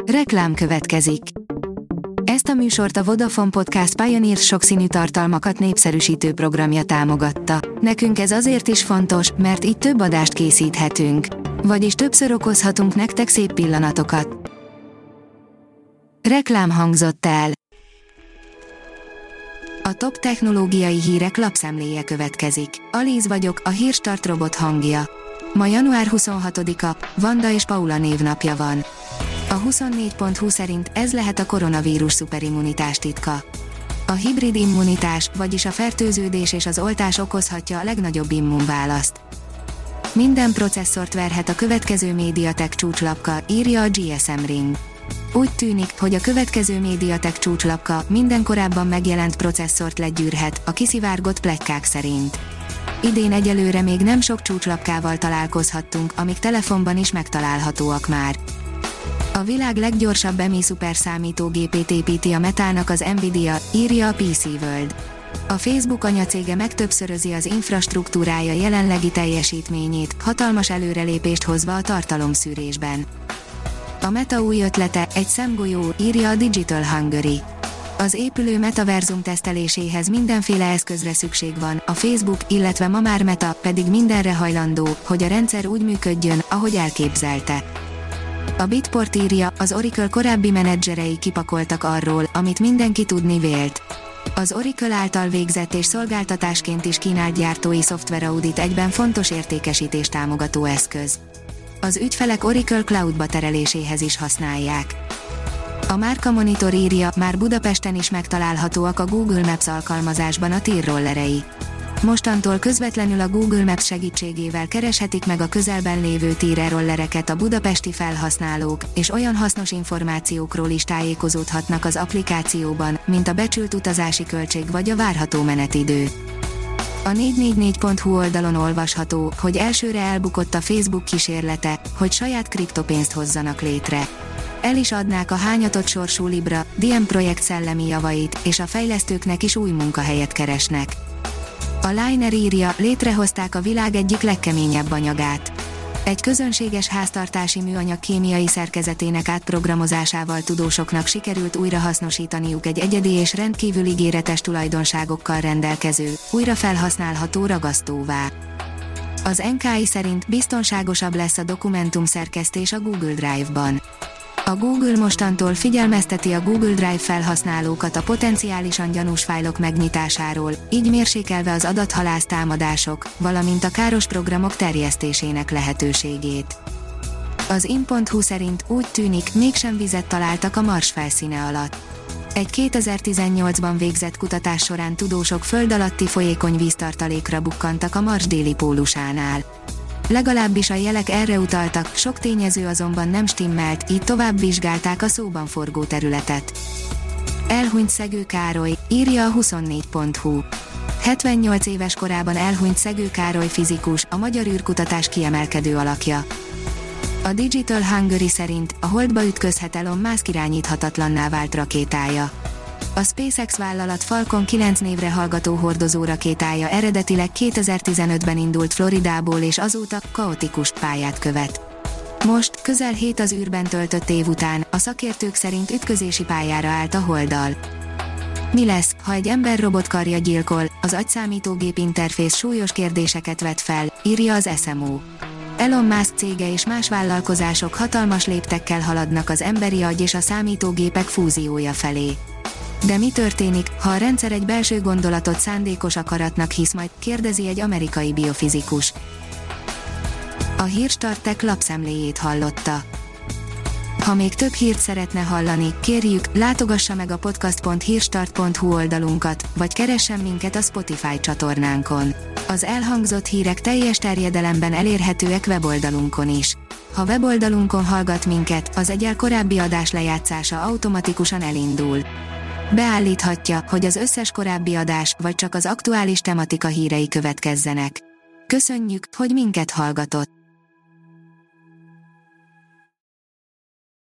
Reklám következik. Ezt a műsort a Vodafone Podcast Pioneer sokszínű tartalmakat népszerűsítő programja támogatta. Nekünk ez azért is fontos, mert így több adást készíthetünk. Vagyis többször okozhatunk nektek szép pillanatokat. Reklám hangzott el. A top technológiai hírek lapszemléje következik. Alíz vagyok, a Hírstart robot hangja. Ma január 26-a, Vanda és Paula névnapja van. A 24.20 szerint ez lehet a koronavírus szuperimmunitás titka. A hibrid immunitás, vagyis a fertőződés és az oltás okozhatja a legnagyobb immunválaszt. Minden processzort verhet a következő MediaTek csúcslapka, írja a GSM Ring. Úgy tűnik, hogy a következő MediaTek csúcslapka minden korábban megjelent processzort legyűrhet, a kiszivárgott pletykák szerint. Idén egyelőre még nem sok csúcslapkával találkozhattunk, amik telefonban is megtalálhatóak már. A világ leggyorsabb EMI szuperszámítógépét építi a Metának az Nvidia, írja a PC World. A Facebook anyacége megtöbbszörözi az infrastruktúrája jelenlegi teljesítményét, hatalmas előrelépést hozva a tartalomszűrésben. A Meta új ötlete, egy szemgolyó, írja a Digital Hungary. Az épülő metaverzum teszteléséhez mindenféle eszközre szükség van, a Facebook, illetve ma már Meta pedig mindenre hajlandó, hogy a rendszer úgy működjön, ahogy elképzelte. A Bitport írja, az Oracle korábbi menedzserei kipakoltak arról, amit mindenki tudni vélt. Az Oracle által végzett és szolgáltatásként is kínált gyártói szoftveraudit egyben fontos értékesítés támogató eszköz. Az ügyfelek Oracle Cloudba tereléséhez is használják. A Márka Monitor írja, már Budapesten is megtalálhatóak a Google Maps alkalmazásban a tírrollerei. Mostantól közvetlenül a Google Maps segítségével kereshetik meg a közelben lévő tírrollereket a budapesti felhasználók, és olyan hasznos információkról is tájékozódhatnak az applikációban, mint a becsült utazási költség vagy a várható menetidő. A 444.hu oldalon olvasható, hogy elsőre elbukott a Facebook kísérlete, hogy saját kriptopénzt hozzanak létre. El is adnák a hányatott sorsú Libra, Diem projekt szellemi javait, és a fejlesztőknek is új munkahelyet keresnek. A Liner írja, létrehozták a világ egyik legkeményebb anyagát. Egy közönséges háztartási műanyag kémiai szerkezetének átprogramozásával tudósoknak sikerült újrahasznosítaniuk egy egyedi és rendkívül ígéretes tulajdonságokkal rendelkező, újra felhasználható ragasztóvá. Az NKI szerint biztonságosabb lesz a dokumentumszerkesztés a Google Drive-ban. A Google mostantól figyelmezteti a Google Drive felhasználókat a potenciálisan gyanús fájlok megnyitásáról, így mérsékelve az adathalász támadások, valamint a káros programok terjesztésének lehetőségét. Az in.hu szerint úgy tűnik, mégsem vizet találtak a Mars felszíne alatt. Egy 2018-ban végzett kutatás során tudósok föld alatti folyékony víztartalékra bukkantak a Mars déli pólusánál. Legalábbis a jelek erre utaltak, sok tényező azonban nem stimmelt, így tovább vizsgálták a szóban forgó területet. Elhunyt Szegő Károly, írja a 24.hu. 78 éves korában elhunyt Szegő Károly fizikus, a magyar űrkutatás kiemelkedő alakja. A Digital Hungary szerint a Holdba ütközhet Elon Musk irányíthatatlanná vált rakétája. A SpaceX vállalat Falcon 9 névre hallgató hordozó rakétája eredetileg 2015-ben indult Floridából és azóta kaotikus pályát követ. Most, közel 7 az űrben töltött év után, a szakértők szerint ütközési pályára állt a Holddal. Mi lesz, ha egy ember-robot karja gyilkol? Az agyszámítógép interfész súlyos kérdéseket vet fel, írja az SMO. Elon Musk cége és más vállalkozások hatalmas léptekkel haladnak az emberi agy és a számítógépek fúziója felé. De mi történik, ha a rendszer egy belső gondolatot szándékos akaratnak hisz majd, kérdezi egy amerikai biofizikus. A Hírstart Tech lapszemléjét hallotta. Ha még több hírt szeretne hallani, kérjük, látogassa meg a podcast.hírstart.hu oldalunkat, vagy keressen minket a Spotify csatornánkon. Az elhangzott hírek teljes terjedelemben elérhetőek weboldalunkon is. Ha weboldalunkon hallgat minket, az egyel korábbi adás lejátszása automatikusan elindul. Beállíthatja, hogy az összes korábbi adás, vagy csak az aktuális tematika hírei következzenek. Köszönjük, hogy minket hallgatott!